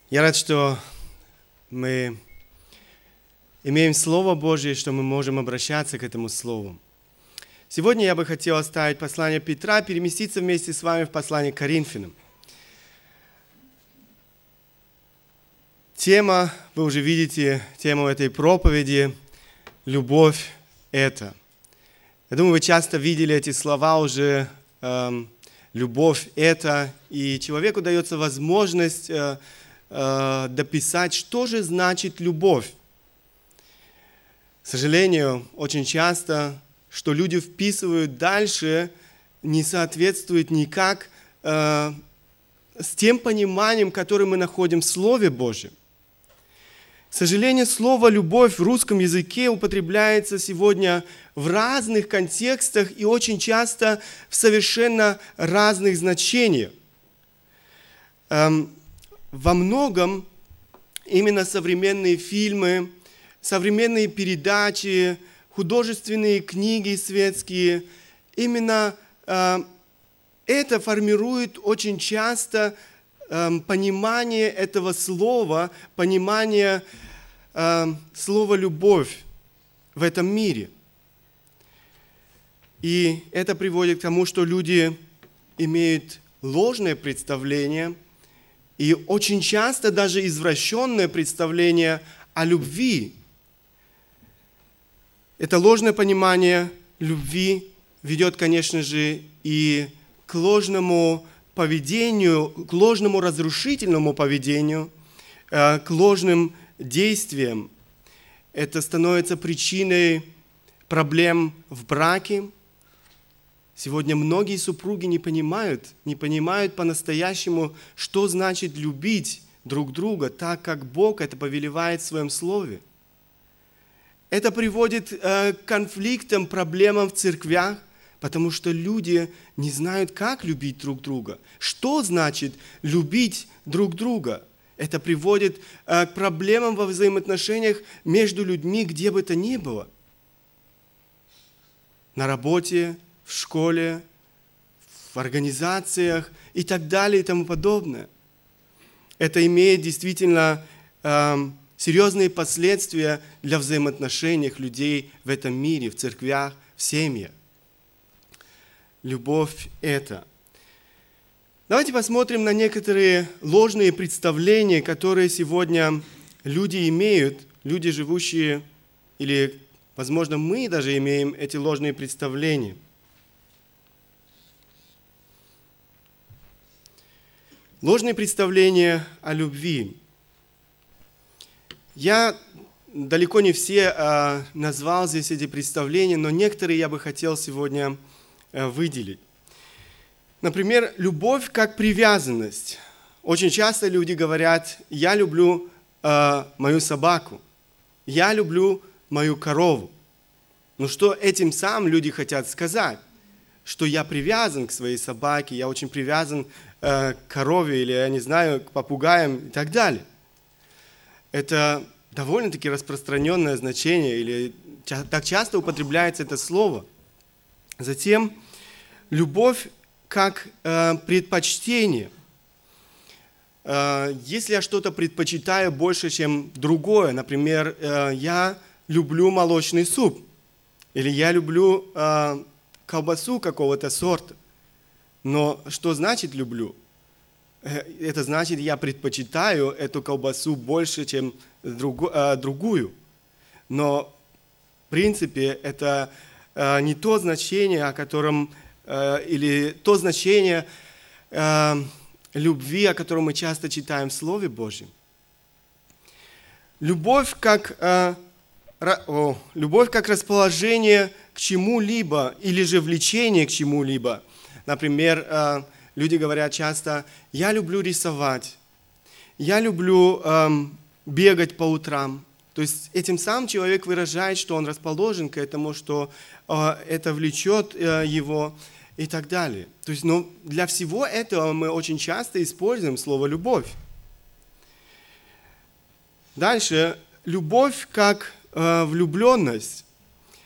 Я рад, что мы имеем Слово Божье, что мы можем обращаться к этому Слову. Сегодня я бы хотел оставить послание Петра, переместиться вместе с вами в послание к Коринфянам. Тема, вы уже видите тему этой проповеди – «Любовь – это». Я думаю, вы часто видели эти слова уже «любовь – это», и человеку дается возможность дописать, что же значит любовь. К сожалению, очень часто, что люди вписывают дальше, не соответствует никак с тем пониманием, которое мы находим в Слове Божьем. К сожалению, слово «любовь» в русском языке употребляется сегодня в разных контекстах и очень часто в совершенно разных значениях. Во многом именно современные фильмы, современные передачи, художественные книги светские, именно это формирует очень часто понимание этого слова, понимание слова «любовь» в этом мире. И это приводит к тому, что люди имеют ложное представление и очень часто даже извращенное представление о любви. Это ложное понимание любви ведет, конечно же, и к ложному поведению, к ложному разрушительному поведению, к ложным действиям. Это становится причиной проблем в браке. Сегодня многие супруги не понимают по-настоящему, что значит любить друг друга так, как Бог это повелевает в Своем Слове. Это приводит к конфликтам, проблемам в церквях, потому что люди не знают, как любить друг друга. Что значит любить друг друга? Это приводит к проблемам во взаимоотношениях между людьми, где бы то ни было. На работе, в школе, в организациях и так далее и тому подобное. Это имеет действительно серьезные последствия для взаимоотношений людей в этом мире, в церквях, в семьях. Любовь – это. Давайте посмотрим на некоторые ложные представления, которые сегодня люди имеют, люди, живущие, или, возможно, мы даже имеем эти ложные представления. Ложные представления о любви. Я далеко не все назвал здесь эти представления, но некоторые я бы хотел сегодня выделить. Например, любовь как привязанность. Очень часто люди говорят: я люблю мою собаку, я люблю мою корову. Но что этим самым люди хотят сказать? Что я привязан к своей собаке, я очень привязан к корове или, я не знаю, к попугаям и так далее. Это довольно-таки распространенное значение, или так часто употребляется это слово. Затем любовь как предпочтение. Если я что-то предпочитаю больше, чем другое, например, я люблю молочный суп, или я люблю колбасу какого-то сорта. Но что значит люблю? Это значит, я предпочитаю эту колбасу больше, чем другую. Но в принципе это не то значение, о котором, или то значение любви, о котором мы часто читаем в Слове Божьем. Любовь как расположение к чему-либо или же влечение к чему-либо. Например, люди говорят часто: я люблю рисовать, я люблю бегать по утрам. То есть этим самым человек выражает, что он расположен к этому, что это влечет его и так далее. То есть, но для всего этого мы очень часто используем слово «любовь». Дальше, любовь как влюбленность.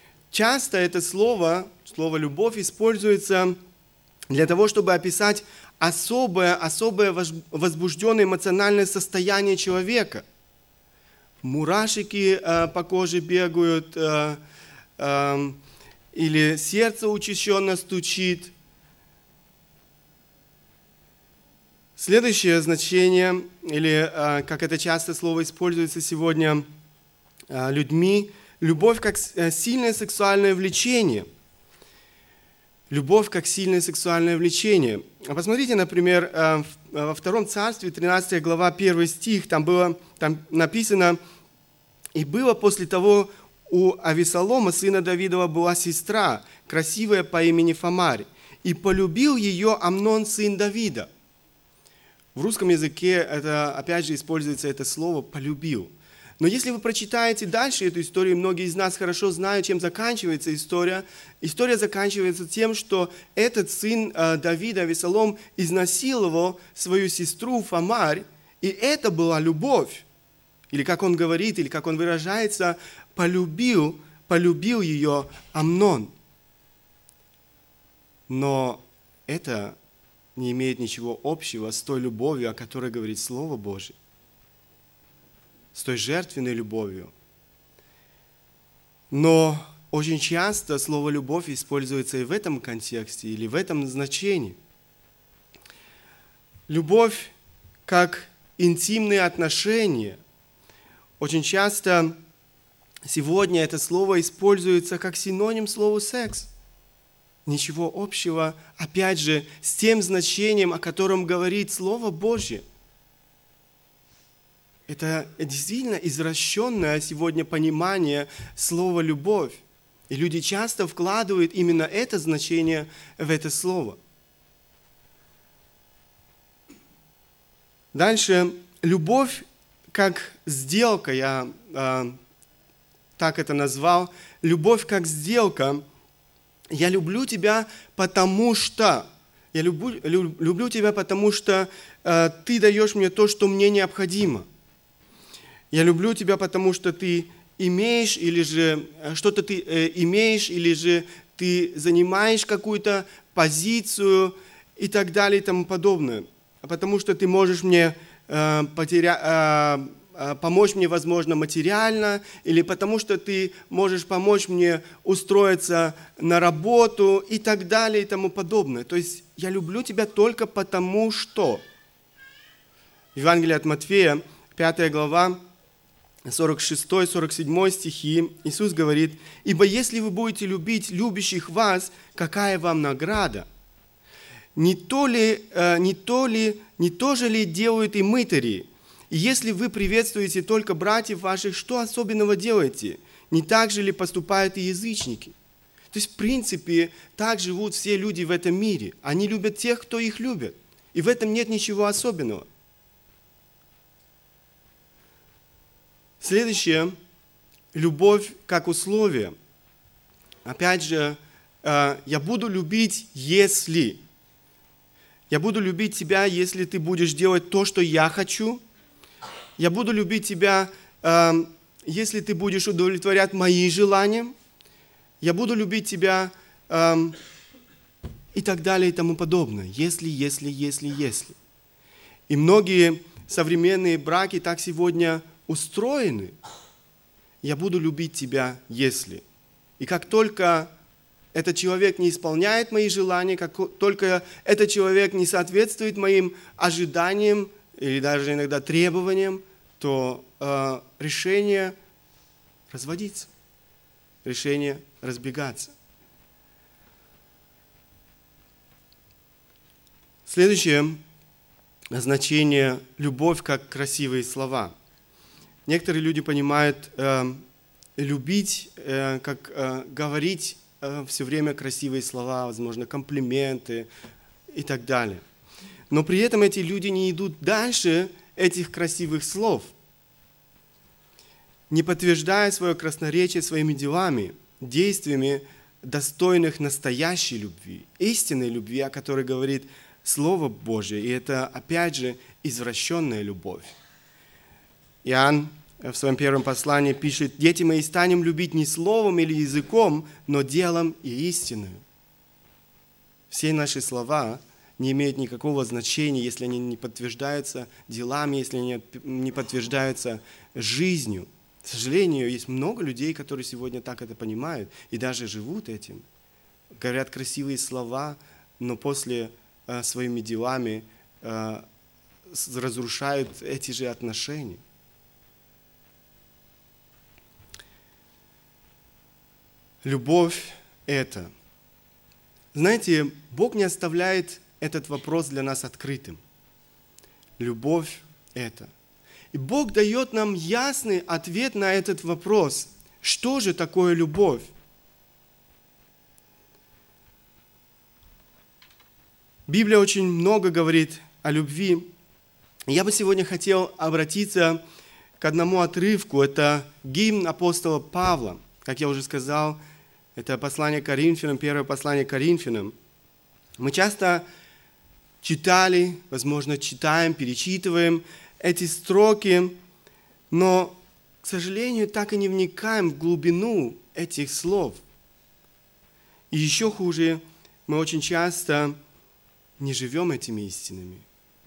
Часто это слово «любовь» используется для того, чтобы описать особое возбужденное эмоциональное состояние человека. Мурашки по коже бегают, или сердце учащенно стучит. Следующее значение, или как это часто слово используется сегодня людьми, любовь как сильное сексуальное влечение. Любовь как сильное сексуальное влечение. Посмотрите, например, во Втором Царстве, 13 глава, 1 стих, там написано: «И было после того у Авесолома, сына Давидова, была сестра, красивая по имени Фамарь, и полюбил ее Амнон, сын Давида». В русском языке это, опять же, используется это слово «полюбил». Но если вы прочитаете дальше эту историю, многие из нас хорошо знают, чем заканчивается история. История заканчивается тем, что этот сын Давида, Авесолом, изнасиловал свою сестру Фамарь, и это была любовь. Или как он говорит, или как он выражается, полюбил ее Амнон. Но это не имеет ничего общего с той любовью, о которой говорит Слово Божие, с той жертвенной любовью. Но очень часто слово «любовь» используется и в этом контексте, или в этом значении. Любовь как интимные отношения. Очень часто сегодня это слово используется как синоним слову «секс». Ничего общего, опять же, с тем значением, о котором говорит Слово Божье. Это действительно извращенное сегодня понимание слова «любовь». И люди часто вкладывают именно это значение в это слово. Дальше, любовь как сделка, я так это назвал, любовь как сделка. Я люблю тебя, потому что. Я люблю тебя, потому что ты даешь мне то, что мне необходимо. Я люблю тебя, потому что ты имеешь, или же что-то ты имеешь, или же ты занимаешь какую-то позицию и так далее и тому подобное. Потому что ты можешь мне помочь мне, возможно, материально, или потому что ты можешь помочь мне устроиться на работу и так далее и тому подобное. То есть я люблю тебя только потому что. Евангелие от Матфея, 5 глава, 46-47 стихи, Иисус говорит: «Ибо если вы будете любить любящих вас, какая вам награда? Не то же ли делают и мытари? И если вы приветствуете только братьев ваших, что особенного делаете? Не так же ли поступают и язычники?» То есть, в принципе, так живут все люди в этом мире. Они любят тех, кто их любит. И в этом нет ничего особенного. Следующее. Любовь как условие. Опять же, я буду любить, если. Я буду любить тебя, если ты будешь делать то, что я хочу. Я буду любить тебя, если ты будешь удовлетворять мои желания. Я буду любить тебя и так далее и тому подобное. Если. И многие современные браки так сегодня устроены. Я буду любить тебя, если. И как только этот человек не исполняет мои желания, как только этот человек не соответствует моим ожиданиям или даже иногда требованиям, то решение разводиться, решение разбегаться. Следующее значение – любовь как красивые слова. Некоторые люди понимают любить, как говорить все время красивые слова, возможно, комплименты и так далее. Но при этом эти люди не идут дальше этих красивых слов, не подтверждая свое красноречие своими делами, действиями, достойных настоящей любви, истинной любви, о которой говорит Слово Божие. И это, опять же, извращенная любовь. Иоанн в своем первом послании пишет: «Дети мои, станем любить не словом или языком, но делом и истиною». Все наши слова не имеют никакого значения, если они не подтверждаются делами, если они не подтверждаются жизнью. К сожалению, есть много людей, которые сегодня так это понимают и даже живут этим. Говорят красивые слова, но после своими делами разрушают эти же отношения. Любовь – это. Знаете, Бог не оставляет этот вопрос для нас открытым. Любовь – это. И Бог дает нам ясный ответ на этот вопрос. Что же такое любовь? Библия очень много говорит о любви. Я бы сегодня хотел обратиться к одному отрывку. Это гимн апостола Павла. Как я уже сказал, это послание к Коринфянам, первое послание к Коринфянам. Мы часто читали, возможно, читаем, перечитываем эти строки, но, к сожалению, так и не вникаем в глубину этих слов. И еще хуже, мы очень часто не живем этими истинами.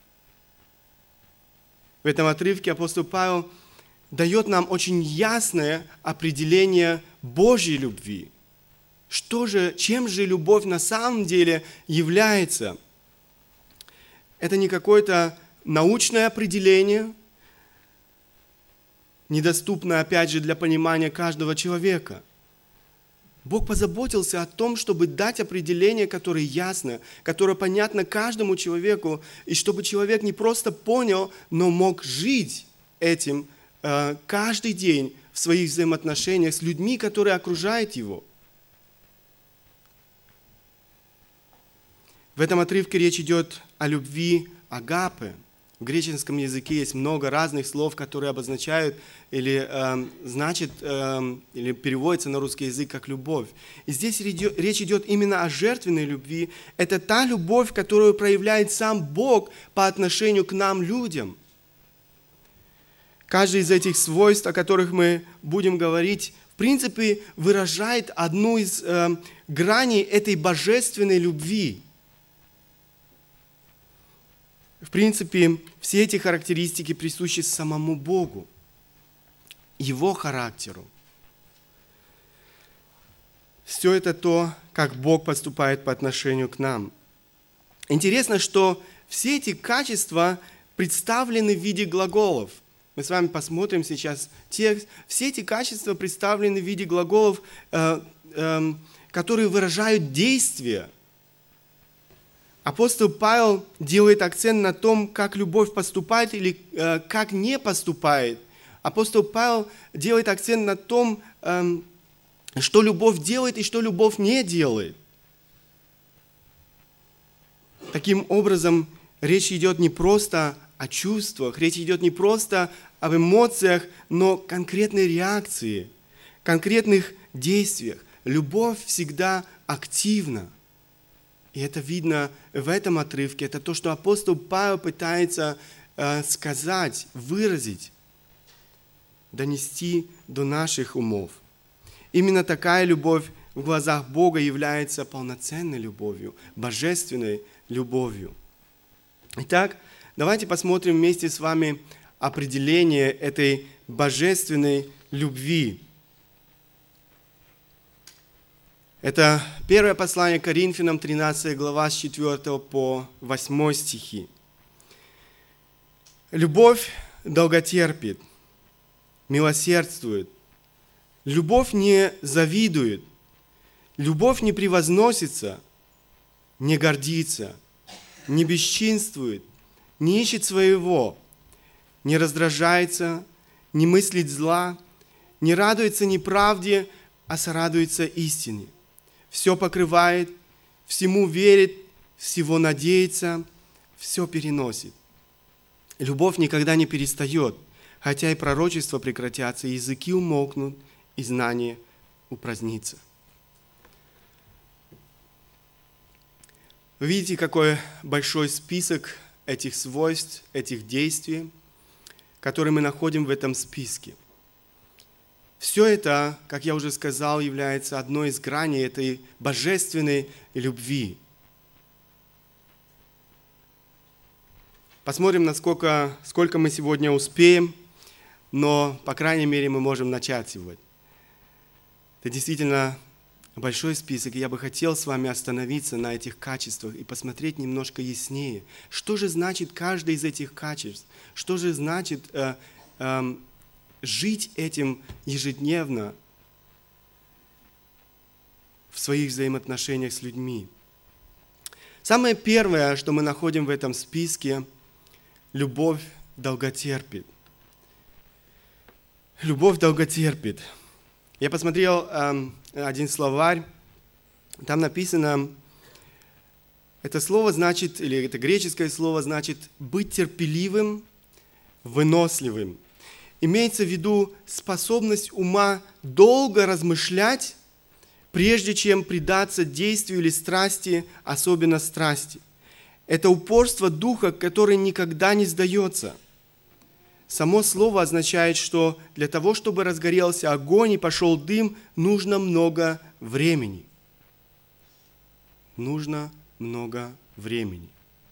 В этом отрывке апостол Павел дает нам очень ясное определение Божьей любви. Чем же любовь на самом деле является? Это не какое-то научное определение, недоступное, опять же, для понимания каждого человека. Бог позаботился о том, чтобы дать определение, которое ясно, которое понятно каждому человеку, и чтобы человек не просто понял, но мог жить этим каждый день в своих взаимоотношениях с людьми, которые окружают его. В этом отрывке речь идет о любви агапе. В греческом языке есть много разных слов, которые обозначают или значат, или переводятся на русский язык как любовь. И здесь речь идет именно о жертвенной любви. Это та любовь, которую проявляет сам Бог по отношению к нам, людям. Каждый из этих свойств, о которых мы будем говорить, в принципе, выражает одну из граней этой божественной любви. В принципе, все эти характеристики присущи самому Богу, Его характеру. Все это то, как Бог поступает по отношению к нам. Интересно, что все эти качества представлены в виде глаголов. Мы с вами посмотрим сейчас текст. Все эти качества представлены в виде глаголов, которые выражают действие. Апостол Павел делает акцент на том, как любовь поступает или как не поступает. Апостол Павел делает акцент на том, что любовь делает и что любовь не делает. Таким образом, речь идет не просто о чувствах, речь идет не просто об эмоциях, но конкретной реакции, конкретных действиях. Любовь всегда активна. И это видно в этом отрывке. Это то, что апостол Павел пытается сказать, выразить, донести до наших умов. Именно такая любовь в глазах Бога является полноценной любовью, божественной любовью. Итак, давайте посмотрим вместе с вами определение этой божественной любви. Это первое послание к Коринфянам, 13 глава, с 4 по 8 стихи. Любовь долготерпит, милосердствует. Любовь не завидует. Любовь не превозносится, не гордится, не бесчинствует, не ищет своего, не раздражается, не мыслит зла, не радуется неправде, а сорадуется истине. Все покрывает, всему верит, всего надеется, все переносит. Любовь никогда не перестает, хотя и пророчества прекратятся, и языки умолкнут, и знание упразднится. Вы видите, какой большой список этих свойств, этих действий, которые мы находим в этом списке. Все это, как я уже сказал, является одной из граней этой божественной любви. Посмотрим, сколько мы сегодня успеем, но, по крайней мере, мы можем начать сегодня. Это действительно большой список, и я бы хотел с вами остановиться на этих качествах и посмотреть немножко яснее. Что же значит каждое из этих качеств? Что же значит жить этим ежедневно в своих взаимоотношениях с людьми? Самое первое, что мы находим в этом списке – любовь долготерпит. Любовь долготерпит. Я посмотрел один словарь, там написано, это слово значит, или это греческое слово значит быть терпеливым, выносливым. Имеется в виду способность ума долго размышлять, прежде чем предаться действию или страсти, особенно страсти. Это упорство духа, который никогда не сдается. Само слово означает, что для того, чтобы разгорелся огонь и пошел дым, нужно много времени. Нужно много времени.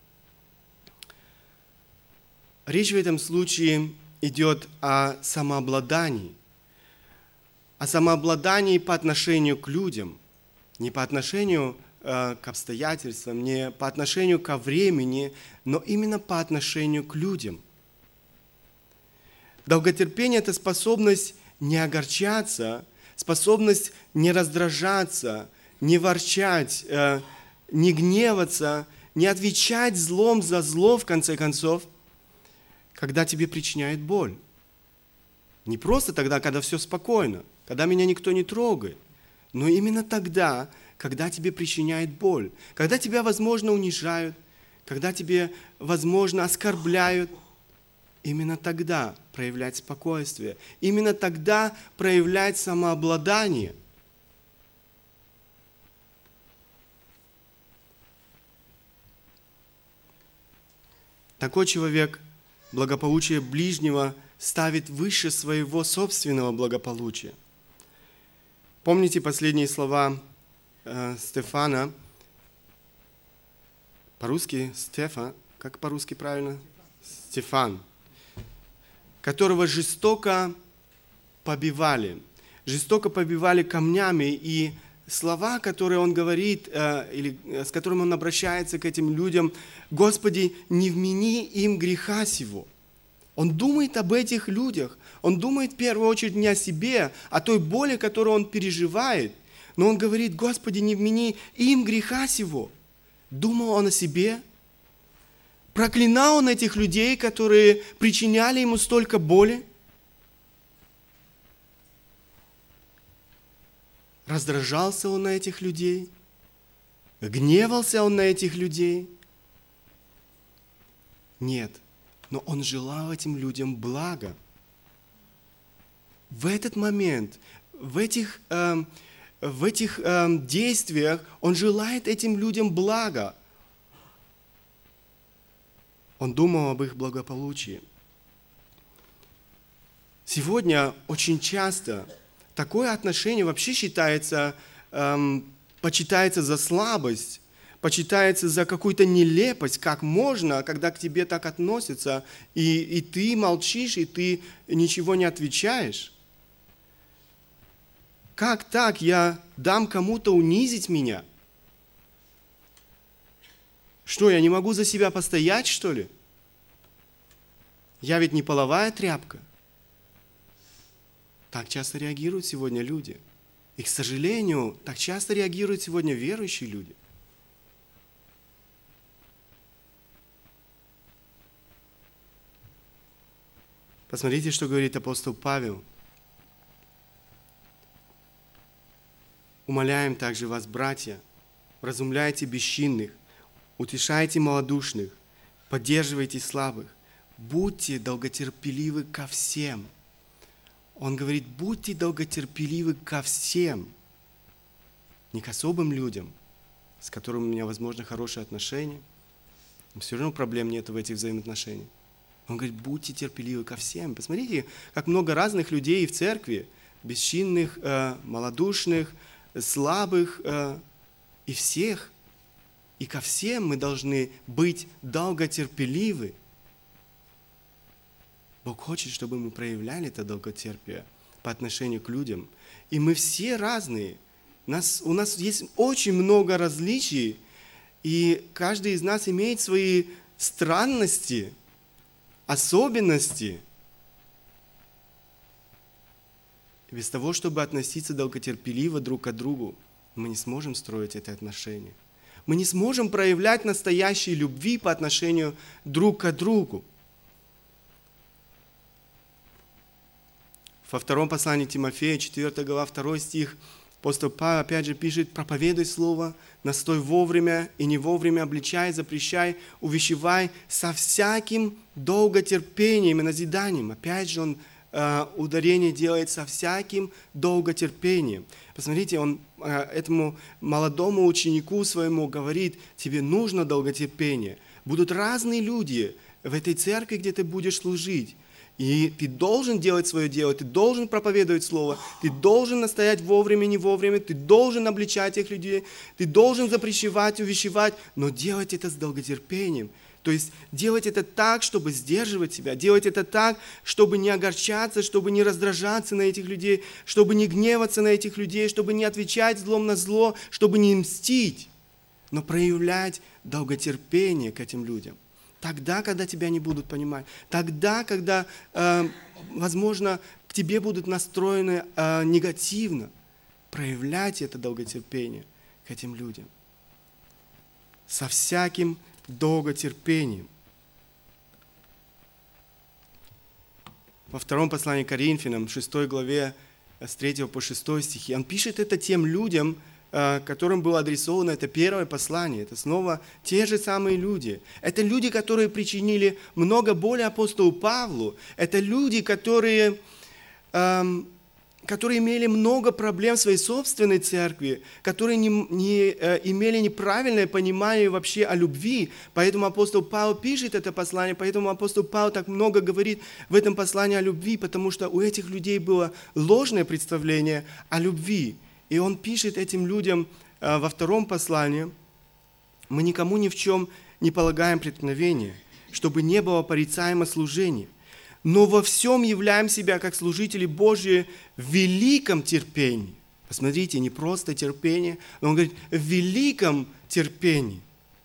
Речь в этом случае идет о самообладании. О самообладании по отношению к людям, не по отношению к обстоятельствам, не по отношению ко времени, но именно по отношению к людям. Долготерпение – это способность не огорчаться, способность не раздражаться, не ворчать, не гневаться, не отвечать злом за зло, в конце концов, когда тебе причиняет боль. Не просто тогда, когда все спокойно, когда меня никто не трогает, но именно тогда, когда тебе причиняет боль, когда тебя, возможно, унижают, когда тебе, возможно, оскорбляют. Именно тогда проявлять спокойствие, именно тогда проявлять самообладание. Такой человек благополучие ближнего ставит выше своего собственного благополучия. Помните последние слова Стефана? По-русски Стефан, как по-русски правильно? Стефан. Которого жестоко побивали камнями, и слова, которые он говорит, или с которыми он обращается к этим людям: «Господи, не вмени им греха сего». Он думает об этих людях, он думает в первую очередь не о себе, о той боли, которую он переживает, но он говорит: «Господи, не вмени им греха сего». Думал он о себе? Проклинал он этих людей, которые причиняли ему столько боли? Раздражался он на этих людей? Гневался он на этих людей? Нет, но он желал этим людям блага. В этот момент, в этих действиях он желает этим людям блага. Он думал об их благополучии. Сегодня очень часто такое отношение вообще почитается за слабость, почитается за какую-то нелепость. Как можно, когда к тебе так относятся, и ты молчишь, и ты ничего не отвечаешь? Как так? Я дам кому-то унизить меня? Что, я не могу за себя постоять, что ли? Я ведь не половая тряпка. Так часто реагируют сегодня люди. И, к сожалению, так часто реагируют сегодня верующие люди. Посмотрите, что говорит апостол Павел. «Умоляем также вас, братья, вразумляйте бесчинных, утешайте малодушных, поддерживайте слабых, будьте долготерпеливы ко всем». Он говорит: будьте долготерпеливы ко всем. Не к особым людям, с которыми у меня, возможно, хорошие отношения, но все равно проблем нет в этих взаимоотношениях. Он говорит: будьте терпеливы ко всем. Посмотрите, как много разных людей в церкви, бесчинных, малодушных, слабых, и всех. И ко всем мы должны быть долготерпеливы. Бог хочет, чтобы мы проявляли это долготерпие по отношению к людям. И мы все разные. У нас есть очень много различий, и каждый из нас имеет свои странности, особенности. И без того, чтобы относиться долготерпеливо друг к другу, мы не сможем строить это отношение. Мы не сможем проявлять настоящей любви по отношению друг к другу. Во втором послании Тимофея, 4 глава, 2 стих, апостол Павел опять же пишет: «Проповедуй слово, настой вовремя и не вовремя, обличай, запрещай, увещевай со всяким долготерпением и назиданием». Опять же он ударение делает со всяким долготерпением. Посмотрите, он этому молодому ученику своему говорит: тебе нужно долготерпение. Будут разные люди в этой церкви, где ты будешь служить. И ты должен делать свое дело, ты должен проповедовать Слово, ты должен настоять вовремя, не вовремя, ты должен обличать этих людей, ты должен запрещевать, увещевать, но делать это с долготерпением. То есть делать это так, чтобы сдерживать себя, делать это так, чтобы не огорчаться, чтобы не раздражаться на этих людей, чтобы не гневаться на этих людей, чтобы не отвечать злом на зло, чтобы не мстить, но проявлять долготерпение к этим людям. Тогда, когда тебя не будут понимать, тогда, когда, возможно, к тебе будут настроены негативно, проявлять это долготерпение к этим людям. Со всяким долготерпением. Во втором послании к Коринфянам, 6 главе, с 3 по 6 стихи, он пишет это тем людям, которым было адресовано это первое послание. Это снова те же самые люди. Это люди, которые причинили много боли апостолу Павлу. Это люди, которые имели много проблем в своей собственной церкви, которые имели неправильное понимание вообще о любви. Поэтому апостол Павел пишет это послание, поэтому апостол Павел так много говорит в этом послании о любви, потому что у этих людей было ложное представление о любви. И он пишет этим людям во втором послании: «Мы никому ни в чем не полагаем преткновения, чтобы не было порицаемо служения, но во всем являем себя, как служители Божьи, в великом терпении». Посмотрите, не просто терпение, но он говорит: в великом терпении.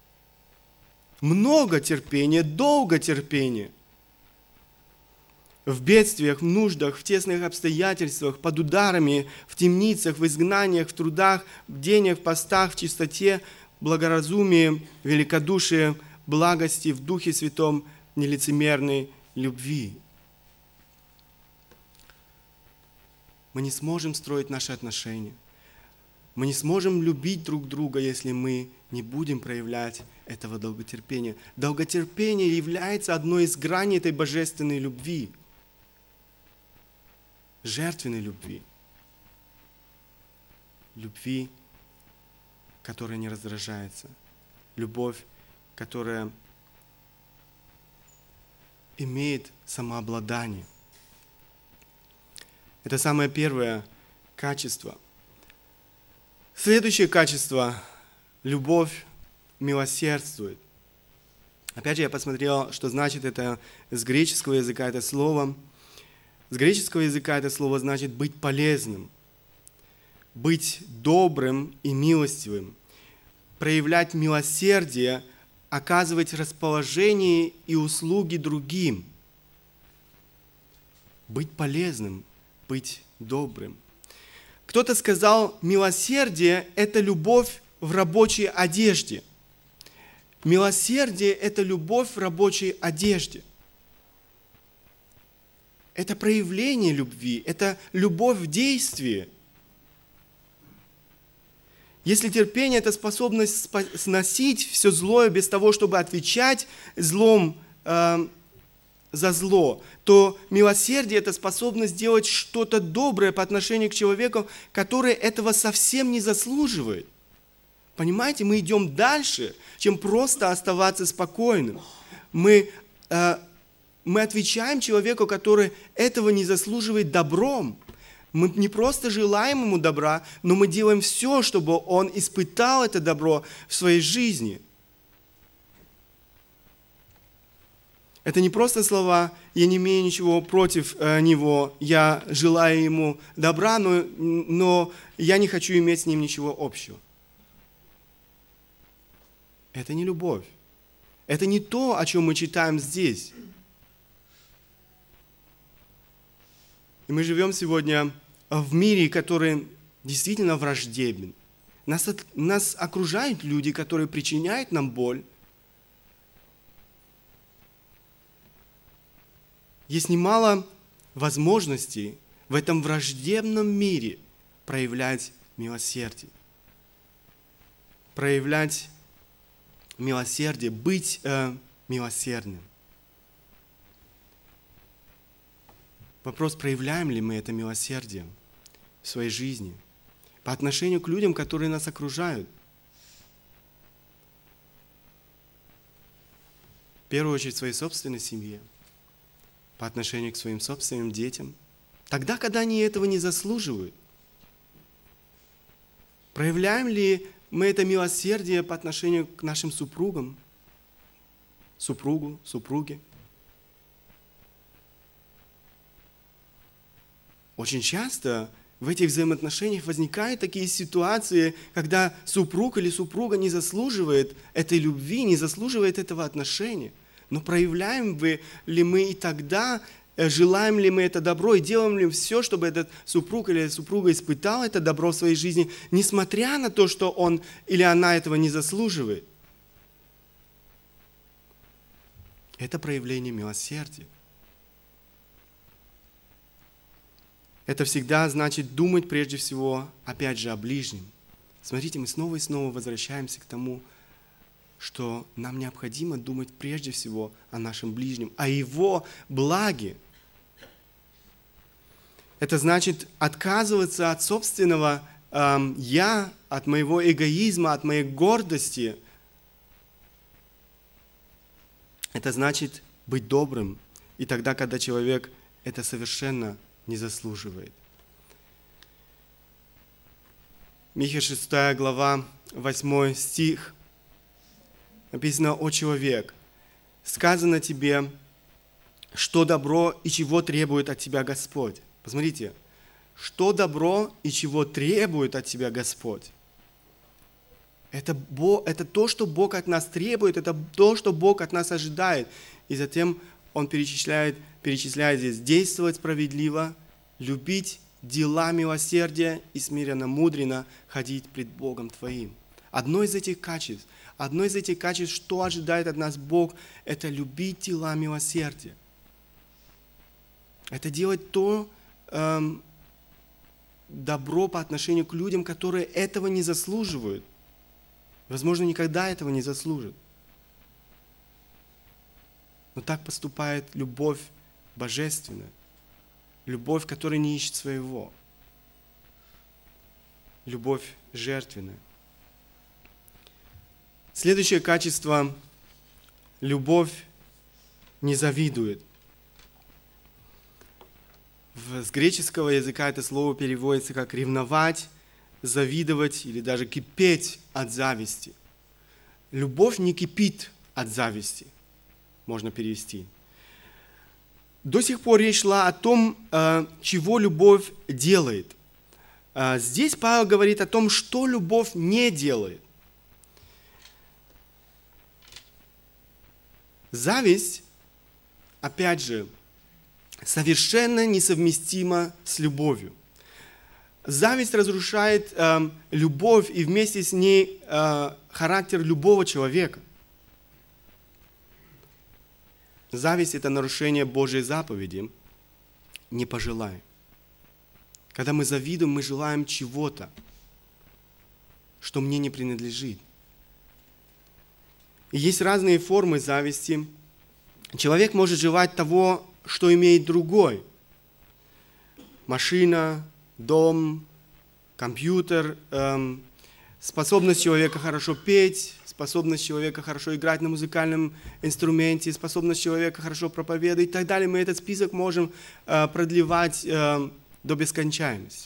Много терпения, долго терпения. В бедствиях, в нуждах, в тесных обстоятельствах, под ударами, в темницах, в изгнаниях, в трудах, в бдениях, в постах, в чистоте, благоразумии, великодушии, благости, в Духе Святом, нелицемерной любви. Мы не сможем строить наши отношения. Мы не сможем любить друг друга, если мы не будем проявлять этого долготерпения. Долготерпение является одной из граней этой божественной любви. Жертвенной любви. Любви, которая не раздражается. Любовь, которая имеет самообладание. Это самое первое качество. Следующее качество – любовь милосердствует. Опять же, я посмотрел, что значит это с греческого языка это слово. С греческого языка это слово значит быть полезным, быть добрым и милостивым, проявлять милосердие, оказывать расположение и услуги другим, быть полезным, быть добрым. Кто-то сказал, милосердие – это любовь в рабочей одежде. Милосердие – это любовь в рабочей одежде. Это проявление любви, это любовь в действии. Если терпение – это способность сносить все злое без того, чтобы отвечать злом за зло, то милосердие – это способность делать что-то доброе по отношению к человеку, который этого совсем не заслуживает. Понимаете, мы идем дальше, чем просто оставаться спокойным. Мы отвечаем человеку, который этого не заслуживает, добром. Мы не просто желаем ему добра, но мы делаем все, чтобы он испытал это добро в своей жизни. Это не просто слова, я не имею ничего против него, я желаю ему добра, но я не хочу иметь с ним ничего общего. Это не любовь. Это не то, о чем мы читаем здесь. И мы живем сегодня в мире, который действительно враждебен. Нас окружают люди, которые причиняют нам боль. Есть немало возможностей в этом враждебном мире проявлять милосердие. Проявлять милосердие, быть милосердным. Вопрос, проявляем ли мы это милосердие в своей жизни по отношению к людям, которые нас окружают. В первую очередь в своей собственной семье, по отношению к своим собственным детям, тогда, когда они этого не заслуживают. Проявляем ли мы это милосердие по отношению к нашим супругам, супруге? Очень часто в этих взаимоотношениях возникают такие ситуации, когда супруг или супруга не заслуживает этой любви, не заслуживает этого отношения. Но проявляем ли мы и тогда, желаем ли мы это добро и делаем ли все, чтобы этот супруг или супруга испытал это добро в своей жизни, несмотря на то, что он или она этого не заслуживает? Это проявление милосердия. Это всегда значит думать прежде всего, опять же, о ближнем. Смотрите, мы снова и снова возвращаемся к тому, что нам необходимо думать прежде всего о нашем ближнем, о его благе. Это значит отказываться от собственного «я», от моего эгоизма, от моей гордости. Это значит быть добрым, и тогда, когда человек это совершенно не заслуживает. Михея 6 глава, 8 стих. Написано: «О человек, сказано тебе, что добро и чего требует от тебя Господь». Посмотрите, что добро и чего требует от тебя Господь. Это то, что Бог от нас требует, это то, что Бог от нас ожидает. И затем Он перечисляет здесь: действовать справедливо, любить дела милосердия и смиренно, мудренно ходить пред Богом твоим. Одно из этих качеств, что ожидает от нас Бог, это любить дела милосердия. Это делать то добро по отношению к людям, которые этого не заслуживают. Возможно, никогда этого не заслужат. Но так поступает любовь божественная, любовь, которая не ищет своего, любовь жертвенная. Следующее качество – любовь не завидует. С греческого языка это слово переводится как ревновать, завидовать или даже кипеть от зависти. Любовь не кипит от зависти, можно перевести. До сих пор речь шла о том, чего любовь делает. Здесь Павел говорит о том, что любовь не делает. Зависть, опять же, совершенно несовместима с любовью. Зависть разрушает любовь и вместе с ней характер любого человека. Зависть – это нарушение Божьей заповеди «не пожелай». Когда мы завидуем, мы желаем чего-то, что мне не принадлежит. И есть разные формы зависти. Человек может желать того, что имеет другой. Машина, дом, компьютер, способность человека хорошо петь, способность человека хорошо играть на музыкальном инструменте, способность человека хорошо проповедовать и так далее. Мы этот список можем продлевать до бесконечности.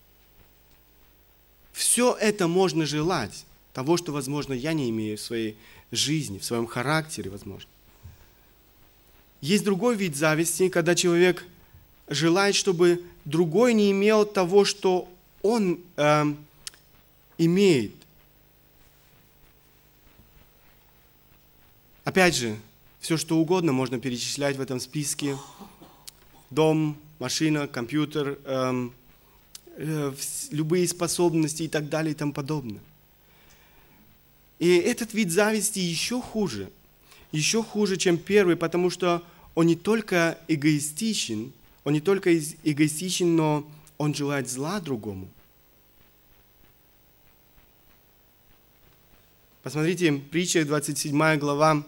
Все это можно желать, того, что, возможно, я не имею в своей жизни, в своем характере, возможно. Есть другой вид зависти, когда человек желает, чтобы другой не имел того, что он имеет. Опять же, все что угодно можно перечислять в этом списке. Дом, машина, компьютер, любые способности и так далее и тому подобное. И этот вид зависти еще хуже, чем первый, потому что он не только эгоистичен, но он желает зла другому. Посмотрите, притча 27 глава,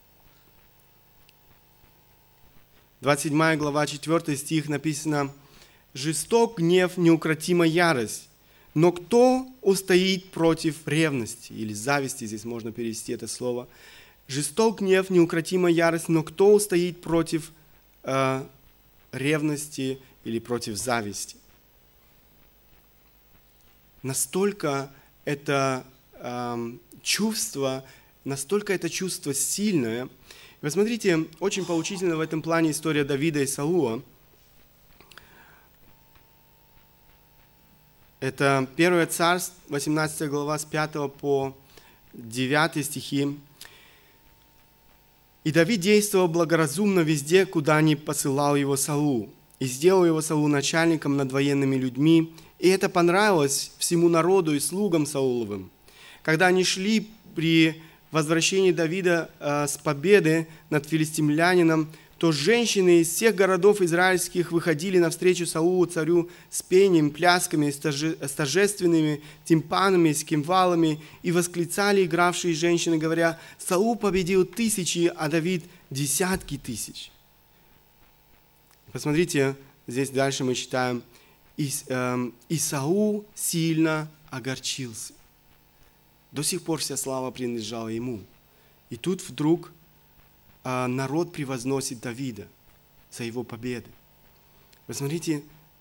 4 стих написано: «Жесток гнев, неукротима ярость, но кто устоит против ревности?» Или зависти, здесь можно перевести это слово. «Жесток гнев, неукротима ярость, но кто устоит против ревности или против зависти?» Настолько это чувство сильное. Вы смотрите, очень поучительна в этом плане история Давида и Саула. Это 1 Царств, 18 глава, с 5 по 9 стихи. «И Давид действовал благоразумно везде, куда ни посылал его Саул, и сделал его Саул начальником над военными людьми, и это понравилось всему народу и слугам Сауловым. Когда они шли при возвращении Давида с победы над филистимлянином, то женщины из всех городов израильских выходили навстречу Саулу, царю, с пением, плясками, с торжественными тимпанами, с кимвалами, и восклицали игравшие женщины, говоря: «Саул победил тысячи, а Давид десятки тысяч». Посмотрите, здесь дальше мы читаем: «И Саул сильно огорчился». До сих пор вся слава принадлежала ему. И тут вдруг народ превозносит Давида за его победы. Вы смотрите,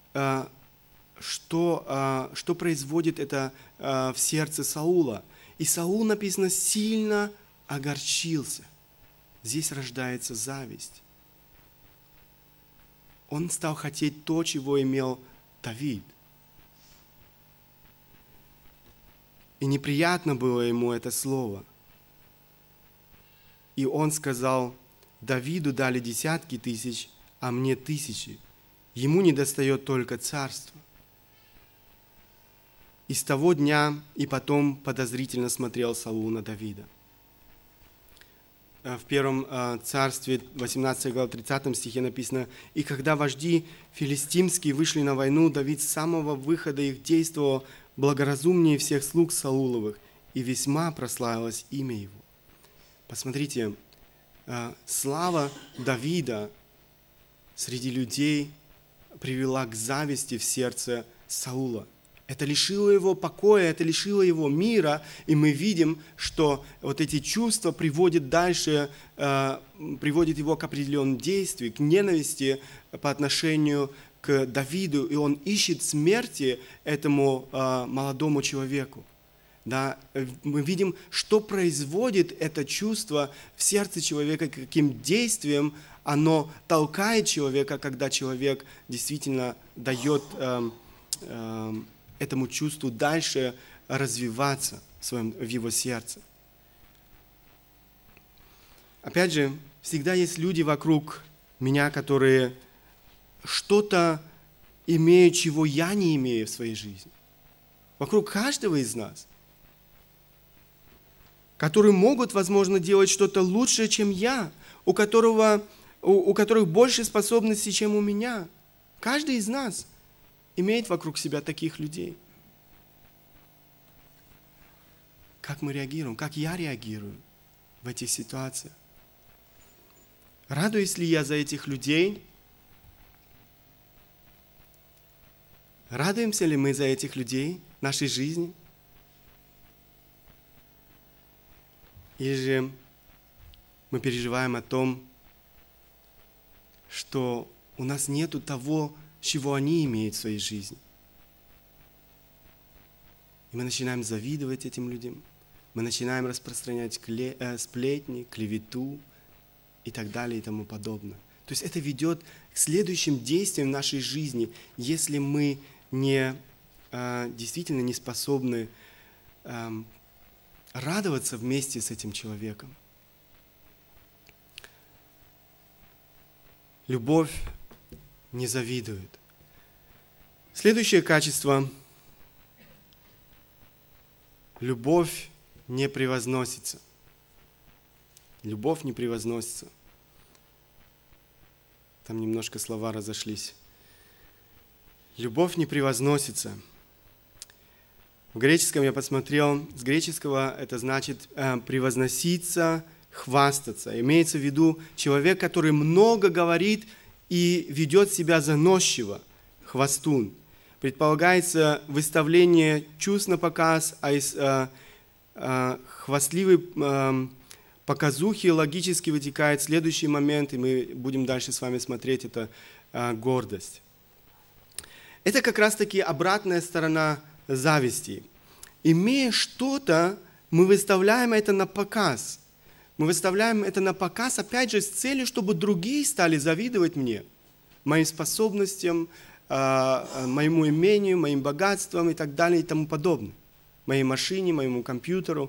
что производит это в сердце Саула. И Саул, написано, сильно огорчился. Здесь рождается зависть. Он стал хотеть то, чего имел Давид. И неприятно было ему это слово. И он сказал: «Давиду дали десятки тысяч, а мне тысячи. Ему недостает только царства». И с того дня и потом подозрительно смотрел Саул на Давида. В 1 Царстве, 18 глава, 30 стихе написано: «И когда вожди филистимские вышли на войну, Давид с самого выхода их действовал благоразумнее всех слуг Сауловых, и весьма прославилось имя его». Посмотрите, слава Давида среди людей привела к зависти в сердце Саула. Это лишило его покоя, это лишило его мира, и мы видим, что вот эти чувства приводят дальше, приводят его к определенным действиям, к ненависти по отношению к Давиду, и он ищет смерти этому молодому человеку. Да, мы видим, что производит это чувство в сердце человека, каким действием оно толкает человека, когда человек действительно дает этому чувству дальше развиваться в его сердце. Опять же, всегда есть люди вокруг меня, которые что-то имеют, чего я не имею в своей жизни. Вокруг каждого из нас, которые могут, возможно, делать что-то лучше, чем я, у которых больше способностей, чем у меня. Каждый из нас имеет вокруг себя таких людей. Как мы реагируем? Как я реагирую в этих ситуациях? Радуюсь ли я за этих людей? Радуемся ли мы за этих людей в нашей жизни? Или же мы переживаем о том, что у нас нету того, чего они имеют в своей жизни. И мы начинаем завидовать этим людям, мы начинаем распространять сплетни, клевету и так далее и тому подобное. То есть это ведет к следующим действиям в нашей жизни, если мы действительно не способны радоваться вместе с этим человеком. Любовь не завидует. Следующее качество – любовь не превозносится. Любовь не превозносится. Там немножко слова разошлись. Любовь не превозносится. В греческом я посмотрел, с греческого это значит превозноситься, хвастаться. Имеется в виду человек, который много говорит и ведет себя заносчиво, хвастун. Предполагается выставление чувств на показ, а из хвастливой показухи логически вытекает следующий момент, и мы будем дальше с вами смотреть, это гордость. Это как раз-таки обратная сторона зависти. Имея что-то, мы выставляем это на показ. Мы выставляем это на показ, опять же, с целью, чтобы другие стали завидовать мне, моим способностям, моему имению, моим богатствам и так далее и тому подобное. Моей машине, моему компьютеру.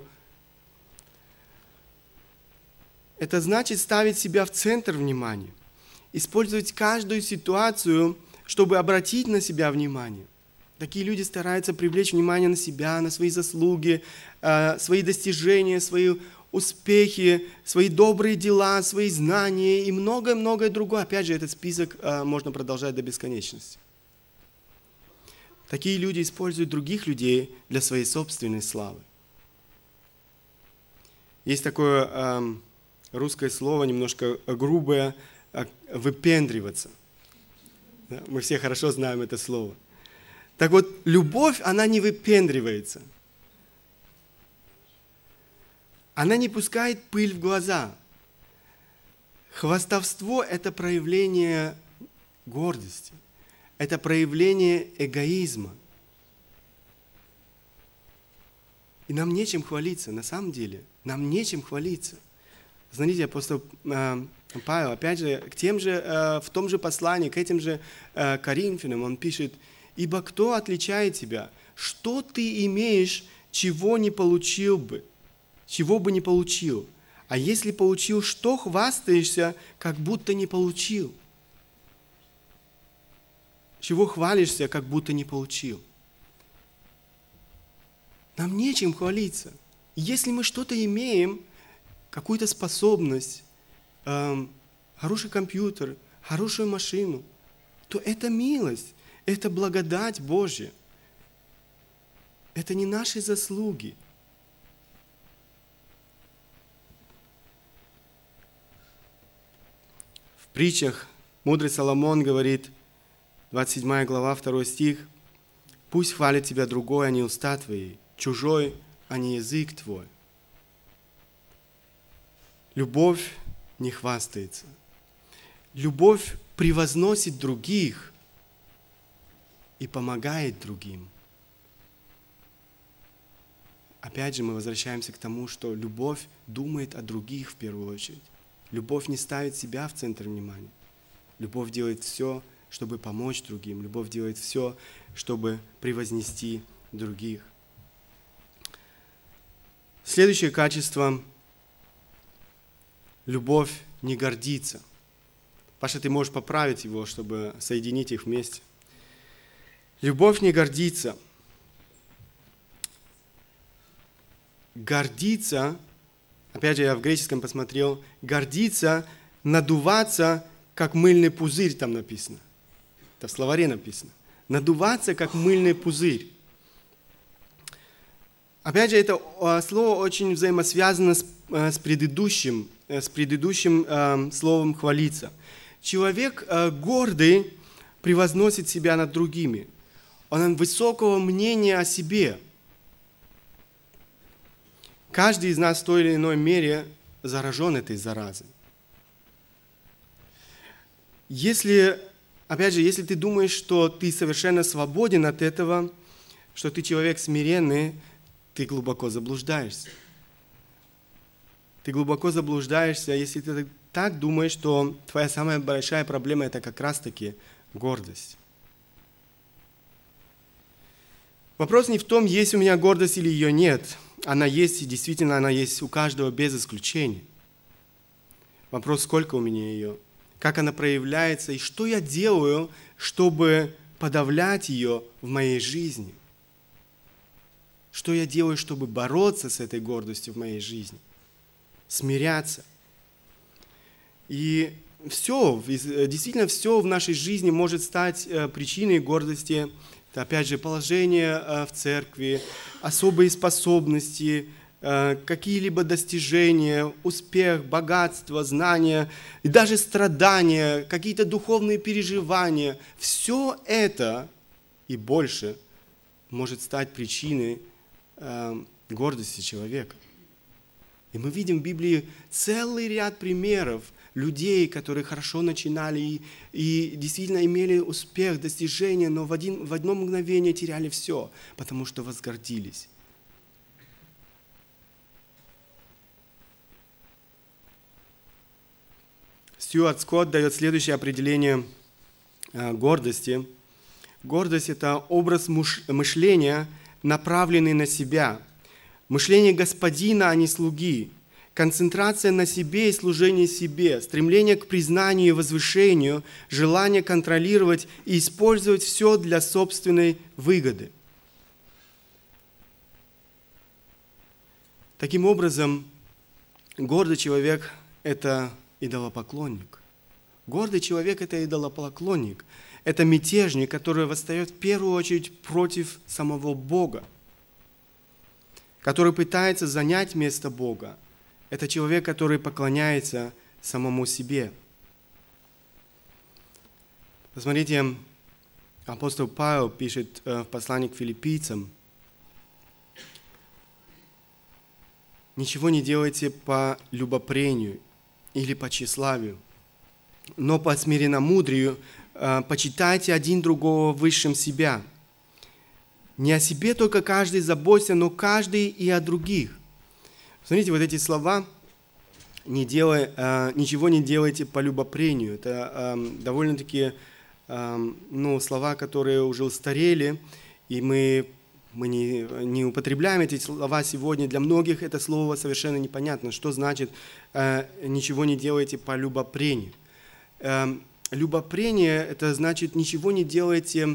Это значит ставить себя в центр внимания, использовать каждую ситуацию, чтобы обратить на себя внимание. Такие люди стараются привлечь внимание на себя, на свои заслуги, свои достижения, свои успехи, свои добрые дела, свои знания и многое-многое другое. Опять же, этот список можно продолжать до бесконечности. Такие люди используют других людей для своей собственной славы. Есть такое русское слово, немножко грубое, «выпендриваться». Мы все хорошо знаем это слово. Так вот, любовь, она не выпендривается. Она не пускает пыль в глаза. Хвастовство – это проявление гордости. Это проявление эгоизма. И нам нечем хвалиться, на самом деле. Нам нечем хвалиться. Знаете, апостол Павел, опять же, в том же послании, к этим же Коринфянам, он пишет: «Ибо кто отличает тебя? Что ты имеешь, чего не получил бы? Чего бы не получил? А если получил, что хвастаешься, как будто не получил? Чего хвалишься, как будто не получил?» Нам нечем хвалиться. Если мы что-то имеем, какую-то способность, хороший компьютер, хорошую машину, то это милость, это благодать Божья. Это не наши заслуги. В притчах мудрый Соломон говорит, 27 глава, 2 стих: «Пусть хвалит тебя другой, а не уста твои, чужой, а не язык твой». Любовь не хвастается. Любовь превозносит других и помогает другим. Опять же, мы возвращаемся к тому, что любовь думает о других в первую очередь. Любовь не ставит себя в центр внимания. Любовь делает все, чтобы помочь другим. Любовь делает все, чтобы превознести других. Следующее качество – любовь не гордится. Паша, ты можешь поправить его, чтобы соединить их вместе. Любовь не гордится. Гордиться, опять же, я в греческом посмотрел, гордиться, надуваться, как мыльный пузырь, там написано. Это в словаре написано. Надуваться, как мыльный пузырь. Опять же, это слово очень взаимосвязано с предыдущим словом «хвалиться». Человек гордый превозносит себя над другими. Он высокого мнения о себе. Каждый из нас в той или иной мере заражен этой заразой. Опять же, если ты думаешь, что ты совершенно свободен от этого, что ты человек смиренный, ты глубоко заблуждаешься. Ты глубоко заблуждаешься, если ты так думаешь, что твоя самая большая проблема – это как раз-таки гордость. Вопрос не в том, есть у меня гордость или ее нет. Она есть, и действительно она есть у каждого без исключения. Вопрос, сколько у меня ее, как она проявляется, и что я делаю, чтобы подавлять ее в моей жизни. Что я делаю, чтобы бороться с этой гордостью в моей жизни. Смиряться. И все, действительно все в нашей жизни может стать причиной гордости. Это, опять же, положение в церкви, особые способности, какие-либо достижения, успех, богатство, знания, и даже страдания, какие-то духовные переживания. Все это и больше может стать причиной гордости человека. И мы видим в Библии целый ряд примеров людей, которые хорошо начинали и действительно имели успех, достижения, но в одно мгновение теряли все, потому что возгордились. Стюарт Скотт дает следующее определение гордости. Гордость – это образ мышления, направленный на себя. Мышление господина, а не слуги. Концентрация на себе и служение себе. Стремление к признанию и возвышению. Желание контролировать и использовать все для собственной выгоды. Таким образом, гордый человек – это идолопоклонник. Гордый человек – это идолопоклонник. Это мятежник, который восстает в первую очередь против самого Бога, который пытается занять место Бога. Это человек, который поклоняется самому себе. Посмотрите, апостол Павел пишет в послании к филиппийцам: «Ничего не делайте по любопрению или по тщеславию, но по смиренномудрию почитайте один другого высшим себя. Не о себе только каждый заботься, но каждый и о других». Смотрите, вот эти слова «ничего не делайте по любопрению». Это довольно-таки слова, которые уже устарели, и мы не употребляем эти слова сегодня. Для многих это слово совершенно непонятно. Что значит «ничего не делайте по любопрению»? Любопрение – это значит «ничего не делайте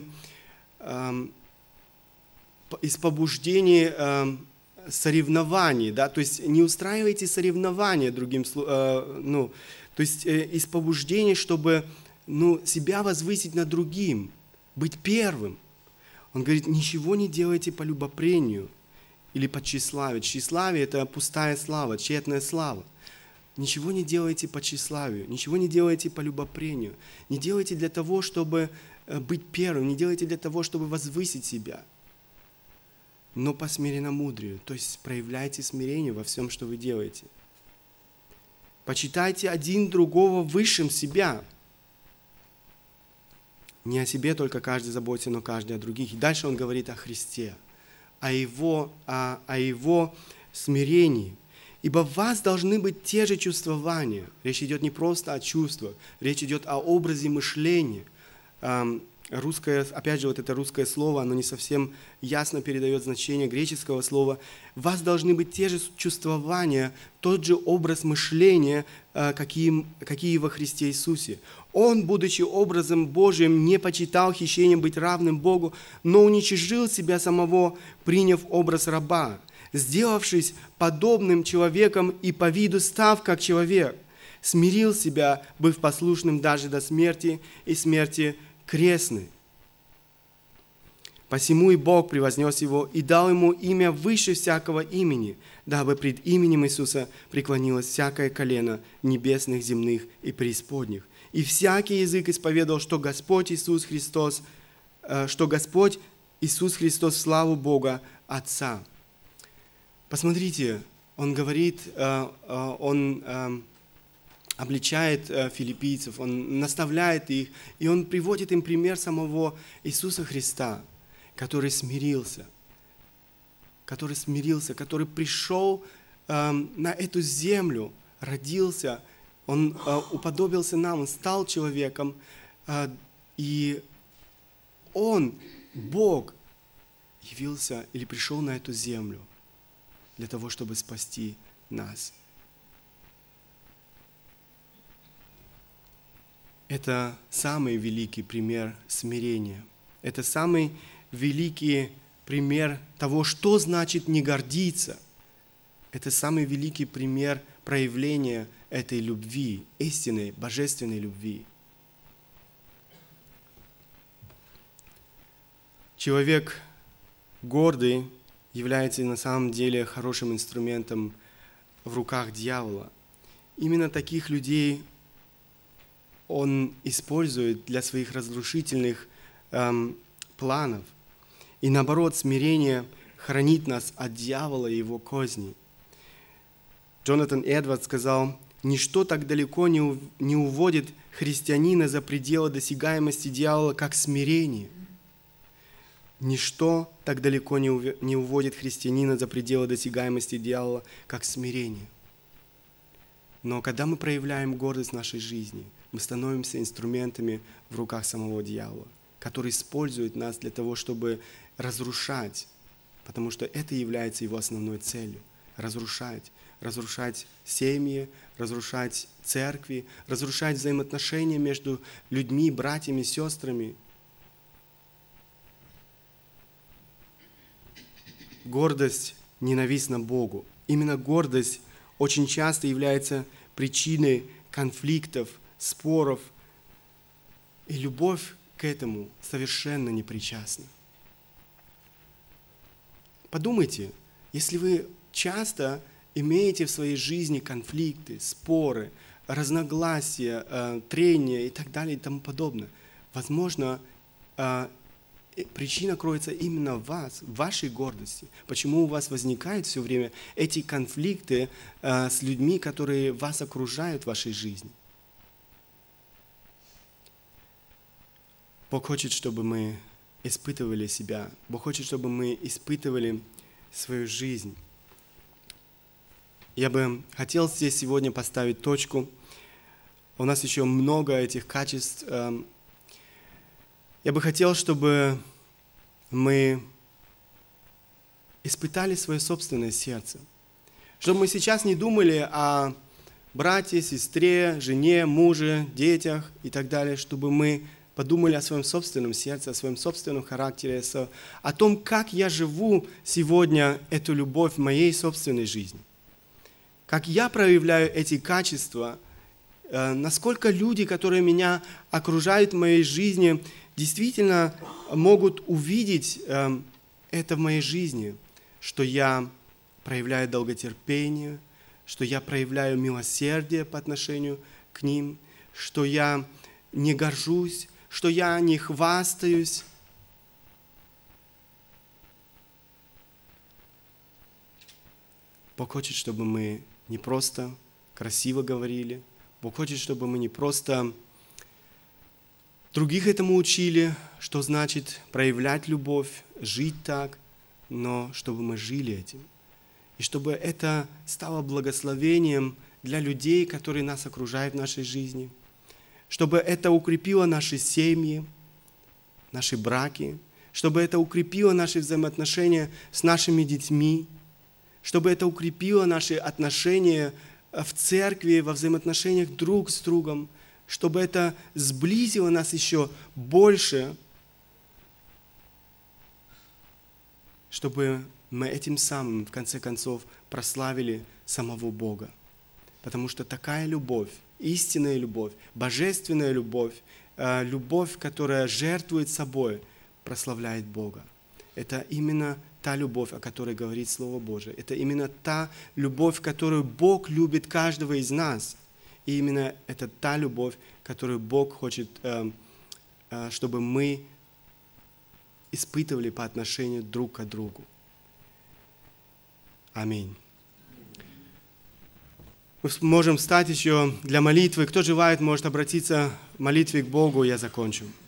из побуждений соревнований», да? То есть не устраивайте соревнования то есть из побуждений, чтобы себя возвысить над другим, быть первым. Он говорит: ничего не делайте по любопрению или по тщеславию. Тщеславие – это пустая слава, тщетная слава. Ничего не делайте по тщеславию, ничего не делайте по любопрению. Не делайте для того, чтобы быть первым, не делайте для того, чтобы возвысить себя, но по смиренномудрию, то есть проявляйте смирение во всем, что вы делаете. Почитайте один другого высшим себя. Не о себе только каждый заботится, но каждый о других. И дальше он говорит о Христе, о Его смирении. «Ибо в вас должны быть те же чувствования». Речь идет не просто о чувствах, речь идет о образе мышления. Русское, опять же, вот это русское слово, оно не совсем ясно передает значение греческого слова. В вас должны быть те же чувствования, тот же образ мышления, какие во Христе Иисусе. Он, будучи образом Божиим, не почитал хищением быть равным Богу, но уничижил себя самого, приняв образ раба, сделавшись подобным человеком и по виду став как человек, смирил себя, быв послушным даже до смерти и смерти крестной. Посему и Бог превознес его и дал ему имя выше всякого имени, дабы пред именем Иисуса преклонилось всякое колено небесных, земных и преисподних. И всякий язык исповедовал, что Господь Иисус Христос славу Бога Отца. Посмотрите, он говорит, он обличает филиппийцев, он наставляет их, и он приводит им пример самого Иисуса Христа, который смирился, который пришел на эту землю, родился Он уподобился нам, Он стал человеком, и Он, Бог, явился или пришел на эту землю для того, чтобы спасти нас. Это самый великий пример смирения. Это самый великий пример того, что значит не гордиться. Это самый великий пример проявления этой любви, истинной, божественной любви. Человек гордый является на самом деле хорошим инструментом в руках дьявола. Именно таких людей он использует для своих разрушительных планов. И наоборот, смирение хранит нас от дьявола и его козней. Джонатан Эдвардс сказал: «Ничто так далеко не уводит христианина за пределы досягаемости дьявола, как смирение». Ничто так далеко не уводит христианина за пределы досягаемости дьявола, как смирение. Но когда мы проявляем гордость в нашей жизни, мы становимся инструментами в руках самого дьявола, который использует нас для того, чтобы разрушать, потому что это является его основной целью – разрушать семьи, разрушать церкви, разрушать взаимоотношения между людьми, братьями, сестрами. Гордость ненавистна Богу. Именно гордость очень часто является причиной конфликтов, споров, и любовь к этому совершенно не причастна. Подумайте, если вы часто имеете в своей жизни конфликты, споры, разногласия, трения и так далее и тому подобное, возможно, причина кроется именно в вас, в вашей гордости. Почему у вас возникают все время эти конфликты с людьми, которые вас окружают в вашей жизни? Бог хочет, чтобы мы испытывали себя. Бог хочет, чтобы мы испытывали свою жизнь. Я бы хотел здесь сегодня поставить точку. У нас еще много этих качеств. Я бы хотел, чтобы мы испытали свое собственное сердце. Чтобы мы сейчас не думали о брате, сестре, жене, муже, детях и так далее, чтобы мы подумали о своем собственном сердце, о своем собственном характере, о том, как я живу сегодня эту любовь в моей собственной жизни. Как я проявляю эти качества, насколько люди, которые меня окружают в моей жизни, действительно могут увидеть это в моей жизни, что я проявляю долготерпение, что я проявляю милосердие по отношению к ним, что я не горжусь, что я не хвастаюсь. Бог хочет, чтобы мы не просто красиво говорили, Бог хочет, чтобы мы не просто других этому учили, что значит проявлять любовь, жить так, но чтобы мы жили этим. И чтобы это стало благословением для людей, которые нас окружают в нашей жизни. Чтобы это укрепило наши семьи, наши браки. Чтобы это укрепило наши взаимоотношения с нашими детьми. Чтобы это укрепило наши отношения в церкви, во взаимоотношениях друг с другом. Чтобы это сблизило нас еще больше, чтобы мы этим самым, в конце концов, прославили самого Бога. Потому что такая любовь, истинная любовь, божественная любовь, любовь, которая жертвует собой, прославляет Бога. Это именно та любовь, о которой говорит Слово Божие. Это именно та любовь, которую Бог любит каждого из нас. И именно это та любовь, которую Бог хочет, чтобы мы испытывали по отношению друг к другу. Аминь. Мы можем встать еще для молитвы. Кто желает, может обратиться в молитве к Богу, я закончу.